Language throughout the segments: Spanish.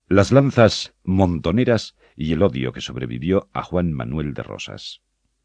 las lanzas montoneras y el odio que sobrevivió a Juan Manuel de Rosas.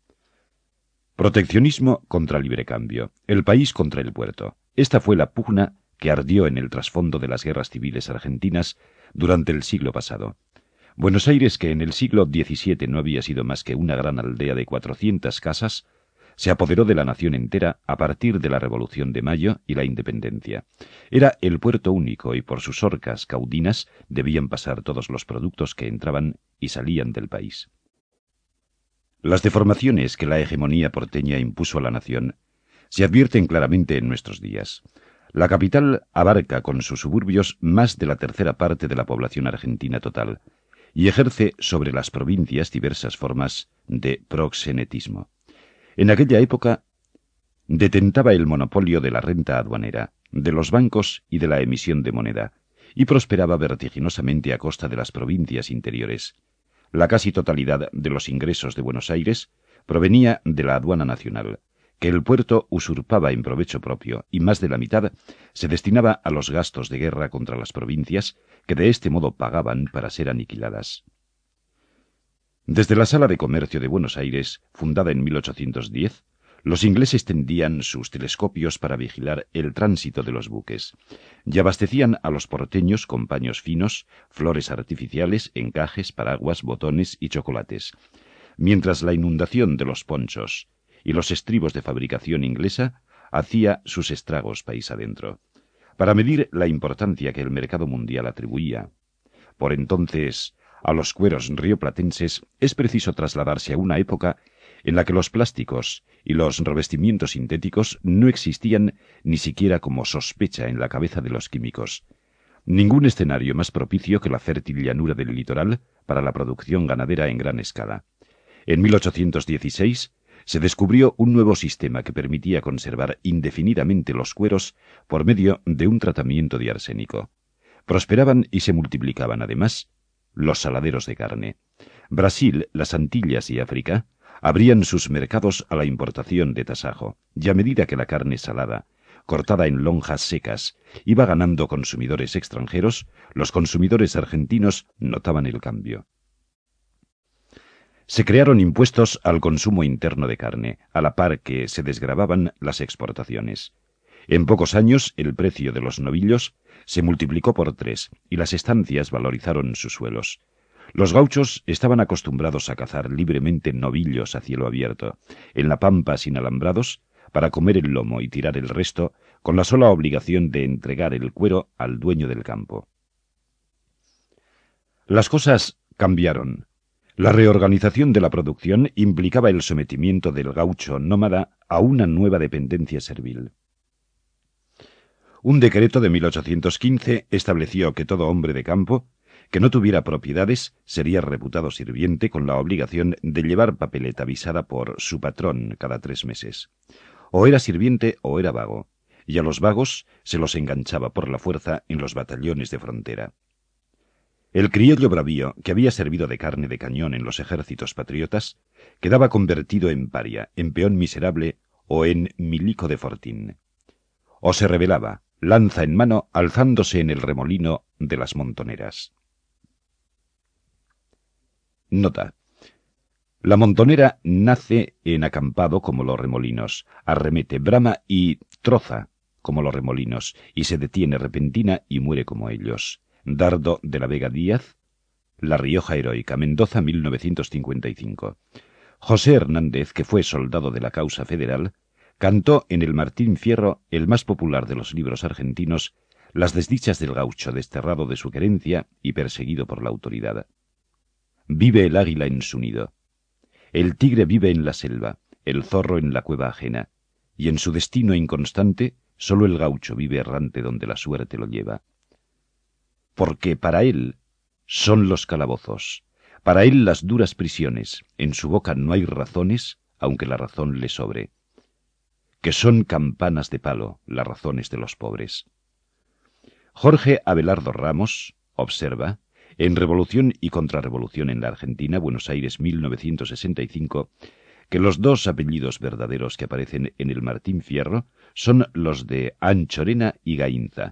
Proteccionismo contra libre cambio, el país contra el puerto. Esta fue la pugna que ardió en el trasfondo de las guerras civiles argentinas durante el siglo pasado. Buenos Aires, que en el siglo XVII no había sido más que una gran aldea de 400 casas, se apoderó de la nación entera a partir de la Revolución de Mayo y la Independencia. Era el puerto único y por sus orcas caudinas debían pasar todos los productos que entraban y salían del país. Las deformaciones que la hegemonía porteña impuso a la nación se advierten claramente en nuestros días. La capital abarca con sus suburbios más de la tercera parte de la población argentina total y ejerce sobre las provincias diversas formas de proxenetismo. En aquella época detentaba el monopolio de la renta aduanera, de los bancos y de la emisión de moneda, y prosperaba vertiginosamente a costa de las provincias interiores. La casi totalidad de los ingresos de Buenos Aires provenía de la aduana nacional, que el puerto usurpaba en provecho propio, y más de la mitad se destinaba a los gastos de guerra contra las provincias, que de este modo pagaban para ser aniquiladas. Desde la Sala de Comercio de Buenos Aires, fundada en 1810, los ingleses tendían sus telescopios para vigilar el tránsito de los buques y abastecían a los porteños con paños finos, flores artificiales, encajes, paraguas, botones y chocolates, mientras la inundación de los ponchos y los estribos de fabricación inglesa hacía sus estragos país adentro. Para medir la importancia que el mercado mundial atribuía, por entonces, a los cueros rioplatenses, es preciso trasladarse a una época en la que los plásticos y los revestimientos sintéticos no existían ni siquiera como sospecha en la cabeza de los químicos. Ningún escenario más propicio que la fértil llanura del litoral para la producción ganadera en gran escala. En 1816 se descubrió un nuevo sistema que permitía conservar indefinidamente los cueros por medio de un tratamiento de arsénico. Prosperaban y se multiplicaban, además, los saladeros de carne. Brasil, las Antillas y África abrían sus mercados a la importación de tasajo, y a medida que la carne salada, cortada en lonjas secas, iba ganando consumidores extranjeros, los consumidores argentinos notaban el cambio. Se crearon impuestos al consumo interno de carne, a la par que se desgravaban las exportaciones. En pocos años, el precio de los novillos se multiplicó por 3 y las estancias valorizaron sus suelos. Los gauchos estaban acostumbrados a cazar libremente novillos a cielo abierto, en la pampa sin alambrados, para comer el lomo y tirar el resto, con la sola obligación de entregar el cuero al dueño del campo. Las cosas cambiaron. La reorganización de la producción implicaba el sometimiento del gaucho nómada a una nueva dependencia servil. Un decreto de 1815 estableció que todo hombre de campo que no tuviera propiedades sería reputado sirviente con la obligación de llevar papeleta visada por su patrón cada 3 meses. O era sirviente o era vago, y a los vagos se los enganchaba por la fuerza en los batallones de frontera. El criollo bravío, que había servido de carne de cañón en los ejércitos patriotas, quedaba convertido en paria, en peón miserable o en milico de fortín. O se rebelaba, lanza en mano, alzándose en el remolino de las montoneras. Nota. La montonera nace en acampado como los remolinos, arremete, brama y troza como los remolinos, y se detiene repentina y muere como ellos. Dardo de la Vega Díaz, La Rioja Heroica, Mendoza, 1955. José Hernández, que fue soldado de la causa federal, cantó en el Martín Fierro, el más popular de los libros argentinos, las desdichas del gaucho desterrado de su querencia y perseguido por la autoridad. Vive el águila en su nido. El tigre vive en la selva, el zorro en la cueva ajena, y en su destino inconstante sólo el gaucho vive errante donde la suerte lo lleva. Porque para él son los calabozos, para él las duras prisiones, en su boca no hay razones, aunque la razón le sobre. Que son campanas de palo las razones de los pobres. Jorge Abelardo Ramos observa, en Revolución y Contrarrevolución en la Argentina, Buenos Aires 1965, que los dos apellidos verdaderos que aparecen en el Martín Fierro son los de Anchorena y Gainza,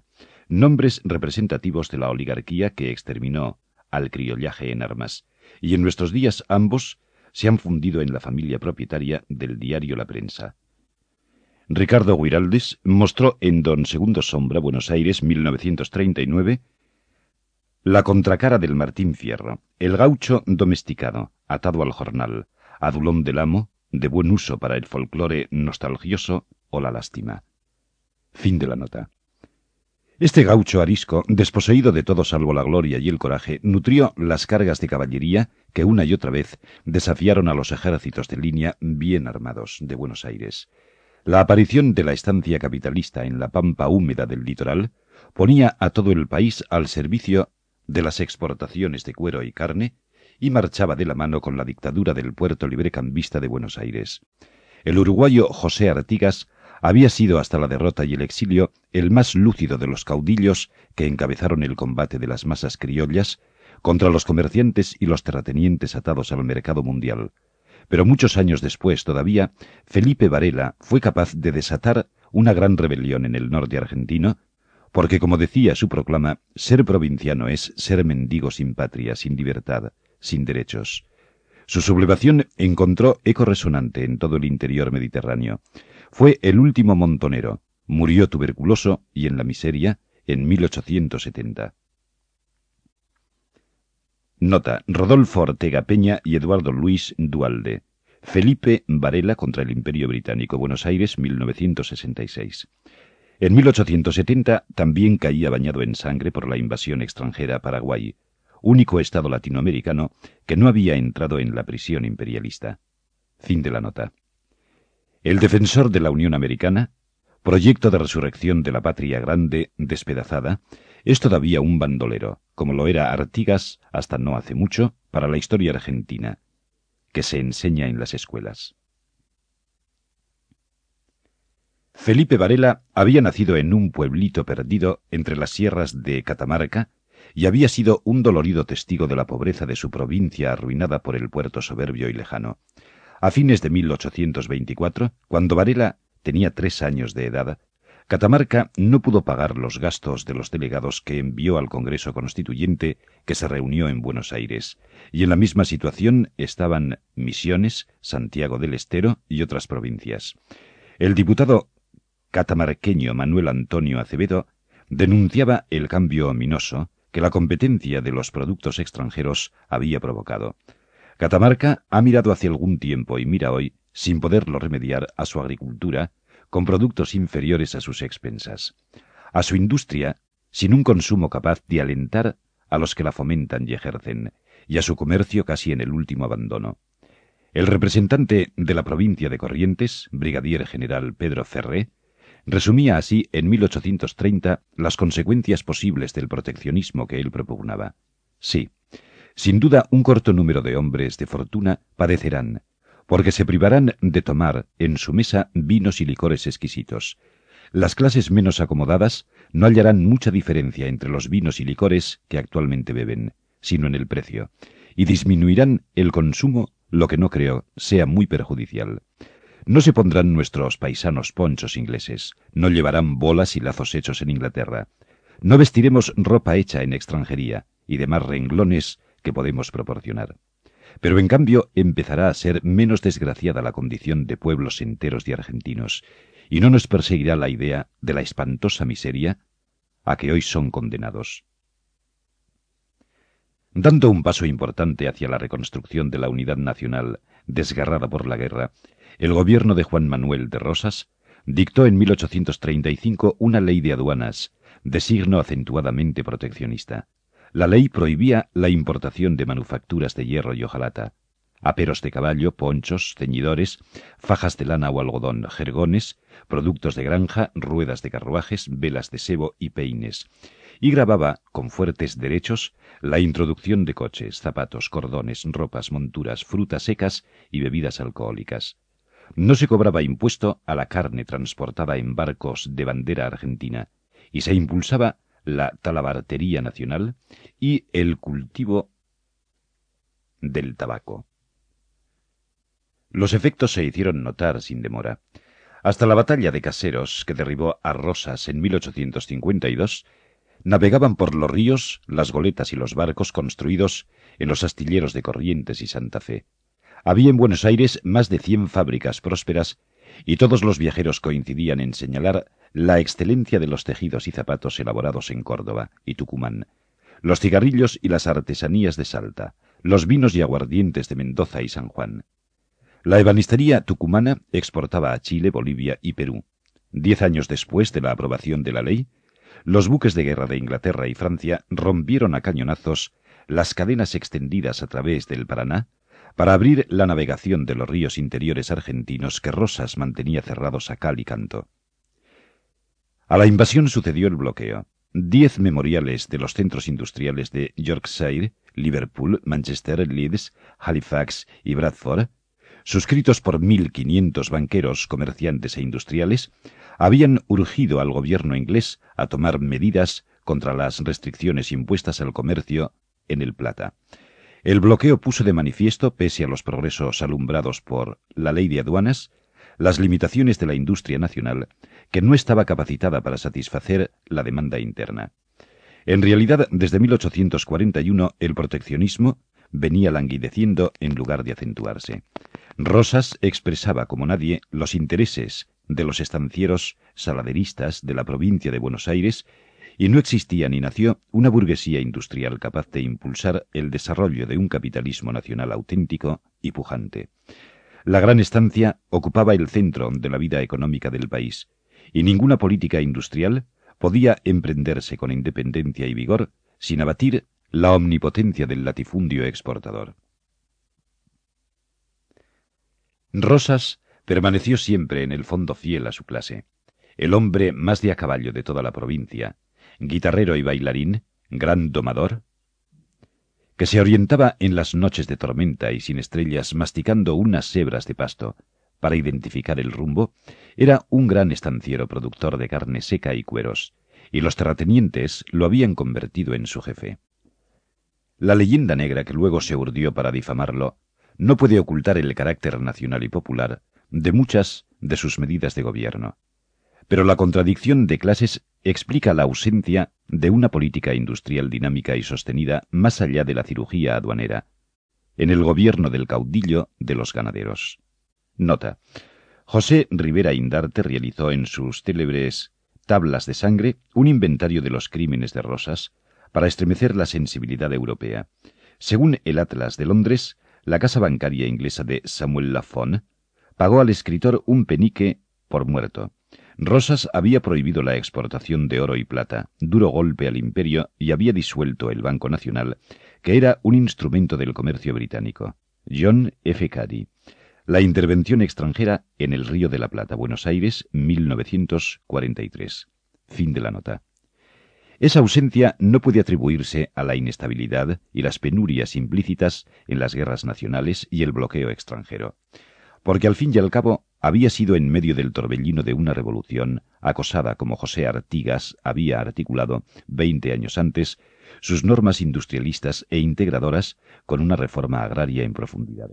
nombres representativos de la oligarquía que exterminó al criollaje en armas, y en nuestros días ambos se han fundido en la familia propietaria del diario La Prensa. Ricardo Guiraldes mostró en Don Segundo Sombra, Buenos Aires, 1939, la contracara del Martín Fierro, el gaucho domesticado, atado al jornal, adulón del amo, de buen uso para el folclore nostalgioso o la lástima. Fin de la nota. Este gaucho arisco, desposeído de todo salvo la gloria y el coraje, nutrió las cargas de caballería que una y otra vez desafiaron a los ejércitos de línea bien armados de Buenos Aires. La aparición de la estancia capitalista en la pampa húmeda del litoral ponía a todo el país al servicio de las exportaciones de cuero y carne y marchaba de la mano con la dictadura del puerto librecambista de Buenos Aires. El uruguayo José Artigas había sido hasta la derrota y el exilio el más lúcido de los caudillos que encabezaron el combate de las masas criollas contra los comerciantes y los terratenientes atados al mercado mundial. Pero muchos años después todavía, Felipe Varela fue capaz de desatar una gran rebelión en el norte argentino, porque, como decía su proclama, ser provinciano es ser mendigo sin patria, sin libertad, sin derechos. Su sublevación encontró eco resonante en todo el interior mediterráneo. Fue el último montonero, murió tuberculoso y en la miseria en 1870. Nota: Rodolfo Ortega Peña y Eduardo Luis Duhalde. Felipe Varela contra el Imperio Británico, Buenos Aires, 1966. En 1870 también caía bañado en sangre por la invasión extranjera a Paraguay, único estado latinoamericano que no había entrado en la prisión imperialista. Fin de la nota. El defensor de la Unión Americana, proyecto de resurrección de la patria grande despedazada, es todavía un bandolero, como lo era Artigas hasta no hace mucho, para la historia argentina, que se enseña en las escuelas. Felipe Varela había nacido en un pueblito perdido entre las sierras de Catamarca y había sido un dolorido testigo de la pobreza de su provincia arruinada por el puerto soberbio y lejano. A fines de 1824, cuando Varela tenía 3 años de edad, Catamarca no pudo pagar los gastos de los delegados que envió al Congreso Constituyente que se reunió en Buenos Aires, y en la misma situación estaban Misiones, Santiago del Estero y otras provincias. El diputado catamarqueño Manuel Antonio Acevedo denunciaba el cambio ominoso que la competencia de los productos extranjeros había provocado. Catamarca ha mirado hace algún tiempo y mira hoy, sin poderlo remediar, a su agricultura, con productos inferiores a sus expensas, a su industria, sin un consumo capaz de alentar a los que la fomentan y ejercen, y a su comercio casi en el último abandono. El representante de la provincia de Corrientes, brigadier general Pedro Ferré, resumía así en 1830 las consecuencias posibles del proteccionismo que él propugnaba. Sí, sin duda un corto número de hombres de fortuna padecerán, porque se privarán de tomar en su mesa vinos y licores exquisitos. Las clases menos acomodadas no hallarán mucha diferencia entre los vinos y licores que actualmente beben, sino en el precio, y disminuirán el consumo, lo que no creo sea muy perjudicial. No se pondrán nuestros paisanos ponchos ingleses, no llevarán bolas y lazos hechos en Inglaterra. No vestiremos ropa hecha en extranjería y demás renglones que podemos proporcionar. Pero en cambio empezará a ser menos desgraciada la condición de pueblos enteros de argentinos, y no nos perseguirá la idea de la espantosa miseria a que hoy son condenados. Dando un paso importante hacia la reconstrucción de la unidad nacional desgarrada por la guerra, el gobierno de Juan Manuel de Rosas dictó en 1835 una ley de aduanas, de signo acentuadamente proteccionista. La ley prohibía la importación de manufacturas de hierro y hojalata, aperos de caballo, ponchos, ceñidores, fajas de lana o algodón, jergones, productos de granja, ruedas de carruajes, velas de sebo y peines, y grababa, con fuertes derechos, la introducción de coches, zapatos, cordones, ropas, monturas, frutas secas y bebidas alcohólicas. No se cobraba impuesto a la carne transportada en barcos de bandera argentina, y se impulsaba la talabartería nacional y el cultivo del tabaco. Los efectos se hicieron notar sin demora. Hasta la batalla de Caseros, que derribó a Rosas en 1852, Navegaban por los ríos las goletas y los barcos construidos en los astilleros de Corrientes y Santa Fe. Había en Buenos Aires más de 100 fábricas prósperas y todos los viajeros coincidían en señalar la excelencia de los tejidos y zapatos elaborados en Córdoba y Tucumán, los cigarrillos y las artesanías de Salta, los vinos y aguardientes de Mendoza y San Juan. La ebanistería tucumana exportaba a Chile, Bolivia y Perú. 10 años después de la aprobación de la ley, los buques de guerra de Inglaterra y Francia rompieron a cañonazos las cadenas extendidas a través del Paraná para abrir la navegación de los ríos interiores argentinos que Rosas mantenía cerrados a cal y canto. A la invasión sucedió el bloqueo. 10 memoriales de los centros industriales de Yorkshire, Liverpool, Manchester, Leeds, Halifax y Bradford, suscritos por 1.500 banqueros, comerciantes e industriales, habían urgido al gobierno inglés a tomar medidas contra las restricciones impuestas al comercio en el Plata. El bloqueo puso de manifiesto, pese a los progresos alumbrados por la ley de aduanas, las limitaciones de la industria nacional, que no estaba capacitada para satisfacer la demanda interna. En realidad, desde 1841, el proteccionismo venía languideciendo en lugar de acentuarse. Rosas expresaba como nadie los intereses de los estancieros saladeristas de la provincia de Buenos Aires, y no existía ni nació una burguesía industrial capaz de impulsar el desarrollo de un capitalismo nacional auténtico y pujante. La gran estancia ocupaba el centro de la vida económica del país, y ninguna política industrial podía emprenderse con independencia y vigor sin abatir la omnipotencia del latifundio exportador. Rosas permaneció siempre en el fondo fiel a su clase, el hombre más de a caballo de toda la provincia, guitarrero y bailarín, gran domador, que se orientaba en las noches de tormenta y sin estrellas masticando unas sebras de pasto para identificar el rumbo, era un gran estanciero productor de carne seca y cueros, y los terratenientes lo habían convertido en su jefe. La leyenda negra que luego se urdió para difamarlo no puede ocultar el carácter nacional y popular de muchas de sus medidas de gobierno, pero la contradicción de clases explica la ausencia de una política industrial dinámica y sostenida más allá de la cirugía aduanera, en el gobierno del caudillo de los ganaderos. Nota: José Rivera Indarte realizó en sus célebres Tablas de Sangre un inventario de los crímenes de Rosas para estremecer la sensibilidad europea. Según el Atlas de Londres, la casa bancaria inglesa de Samuel Lafon pagó al escritor un penique por muerto. Rosas había prohibido la exportación de oro y plata, duro golpe al imperio, y había disuelto el Banco Nacional, que era un instrumento del comercio británico. John F. Cady. La intervención extranjera en el Río de la Plata, Buenos Aires, 1943. Fin de la nota. Esa ausencia no puede atribuirse a la inestabilidad y las penurias implícitas en las guerras nacionales y el bloqueo extranjero, porque al fin y al cabo había sido en medio del torbellino de una revolución acosada como José Artigas había articulado 20 años antes sus normas industrialistas e integradoras con una reforma agraria en profundidad.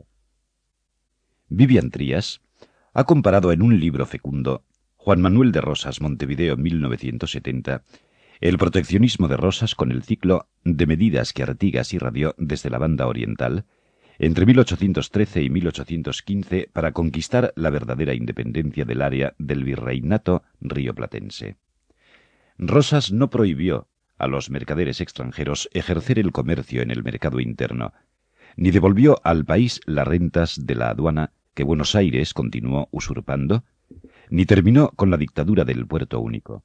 Vivian Trías ha comparado en un libro fecundo, Juan Manuel de Rosas, Montevideo, 1970, el proteccionismo de Rosas con el ciclo de medidas que Artigas irradió desde la banda oriental entre 1813 y 1815 para conquistar la verdadera independencia del área del virreinato rioplatense. Rosas no prohibió a los mercaderes extranjeros ejercer el comercio en el mercado interno, ni devolvió al país las rentas de la aduana que Buenos Aires continuó usurpando, ni terminó con la dictadura del puerto único.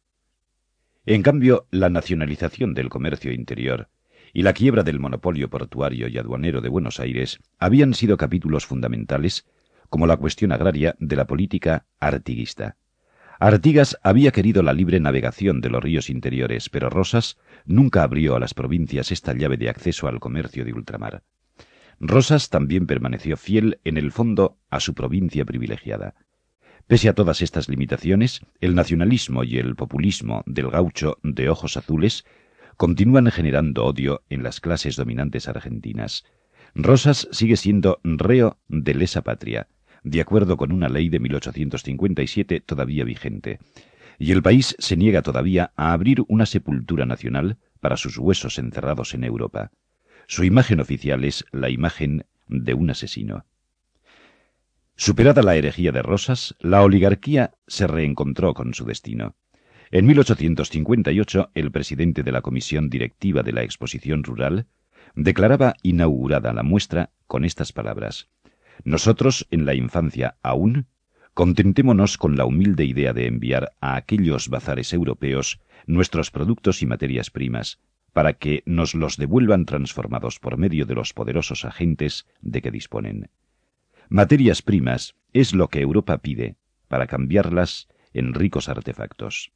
En cambio, la nacionalización del comercio interior y la quiebra del monopolio portuario y aduanero de Buenos Aires habían sido capítulos fundamentales, como la cuestión agraria, de la política artiguista. Artigas había querido la libre navegación de los ríos interiores, pero Rosas nunca abrió a las provincias esta llave de acceso al comercio de ultramar. Rosas también permaneció fiel en el fondo a su provincia privilegiada. Pese a todas estas limitaciones, el nacionalismo y el populismo del gaucho de ojos azules continúan generando odio en las clases dominantes argentinas. Rosas sigue siendo reo de lesa patria, de acuerdo con una ley de 1857 todavía vigente, y el país se niega todavía a abrir una sepultura nacional para sus huesos encerrados en Europa. Su imagen oficial es la imagen de un asesino. Superada la herejía de Rosas, la oligarquía se reencontró con su destino. En 1858, el presidente de la Comisión Directiva de la Exposición Rural declaraba inaugurada la muestra con estas palabras: «Nosotros, en la infancia aún, contentémonos con la humilde idea de enviar a aquellos bazares europeos nuestros productos y materias primas, para que nos los devuelvan transformados por medio de los poderosos agentes de que disponen. Materias primas es lo que Europa pide para cambiarlas en ricos artefactos».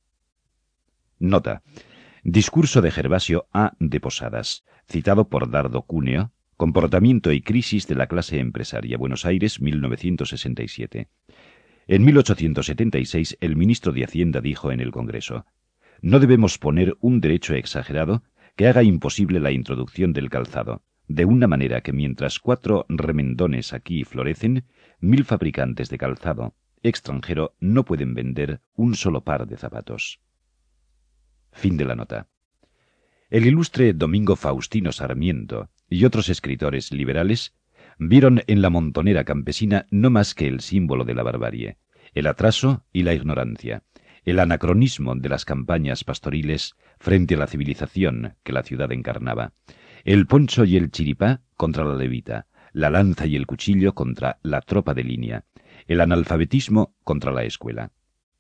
Nota: discurso de Gervasio A. de Posadas, citado por Dardo Cúneo, Comportamiento y crisis de la clase empresaria, Buenos Aires, 1967. En 1876, el ministro de Hacienda dijo en el Congreso: «No debemos poner un derecho exagerado que haga imposible la introducción del calzado, de una manera que mientras 4 remendones aquí florecen, 1000 fabricantes de calzado extranjero no pueden vender un solo par de zapatos». Fin de la nota. El ilustre Domingo Faustino Sarmiento y otros escritores liberales vieron en la montonera campesina no más que el símbolo de la barbarie, el atraso y la ignorancia, el anacronismo de las campañas pastoriles frente a la civilización que la ciudad encarnaba, el poncho y el chiripá contra la levita, la lanza y el cuchillo contra la tropa de línea, el analfabetismo contra la escuela.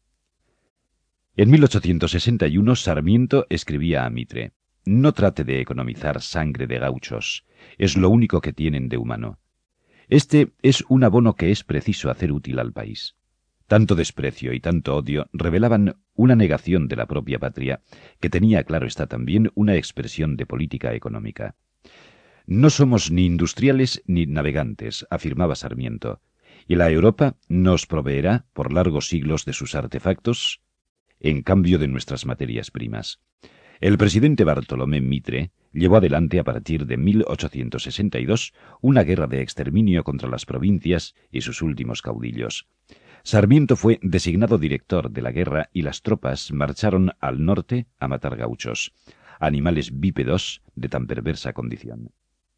En 1861 Sarmiento escribía a Mitre: «No trate de economizar sangre de gauchos, es lo único que tienen de humano. Este es un abono que es preciso hacer útil al país». Tanto desprecio y tanto odio revelaban una negación de la propia patria, que tenía, claro está, también una expresión de política económica. «No somos ni industriales ni navegantes», afirmaba Sarmiento, «y la Europa nos proveerá por largos siglos de sus artefactos en cambio de nuestras materias primas». El presidente Bartolomé Mitre llevó adelante a partir de 1862 una guerra de exterminio contra las provincias y sus últimos caudillos. Sarmiento fue designado director de la guerra y las tropas marcharon al norte a matar gauchos, animales bípedos de tan perversa condición.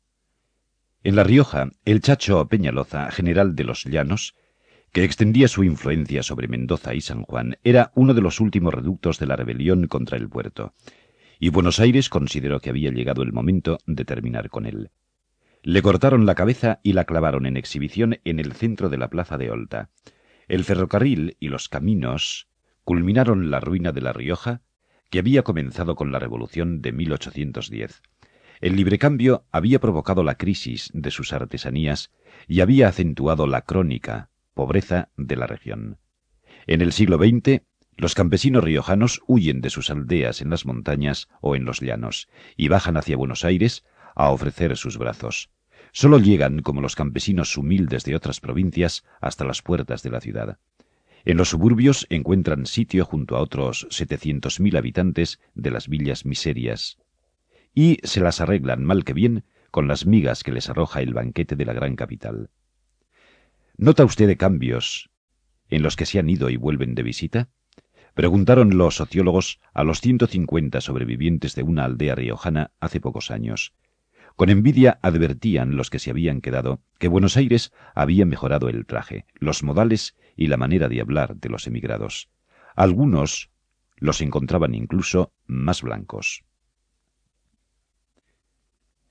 En La Rioja, el Chacho Peñaloza, general de los Llanos, que extendía su influencia sobre Mendoza y San Juan, era uno de los últimos reductos de la rebelión contra el puerto, y Buenos Aires consideró que había llegado el momento de terminar con él. Le cortaron la cabeza y la clavaron en exhibición en el centro de la plaza de Olta. El ferrocarril y los caminos culminaron la ruina de La Rioja, que había comenzado con la Revolución de 1810. El librecambio había provocado la crisis de sus artesanías y había acentuado la crónica pobreza de la región. En el siglo XX, los campesinos riojanos huyen de sus aldeas en las montañas o en los llanos y bajan hacia Buenos Aires a ofrecer sus brazos. Solo llegan, como los campesinos humildes de otras provincias, hasta las puertas de la ciudad. En los suburbios encuentran sitio junto a otros 700.000 habitantes de las villas miserias, y se las arreglan mal que bien con las migas que les arroja el banquete de la gran capital. ¿Nota usted cambios en los que se han ido y vuelven de visita?, preguntaron los sociólogos a los 150 sobrevivientes de una aldea riojana hace pocos años. Con envidia advertían los que se habían quedado que Buenos Aires había mejorado el traje, los modales y la manera de hablar de los emigrados. Algunos los encontraban incluso más blancos.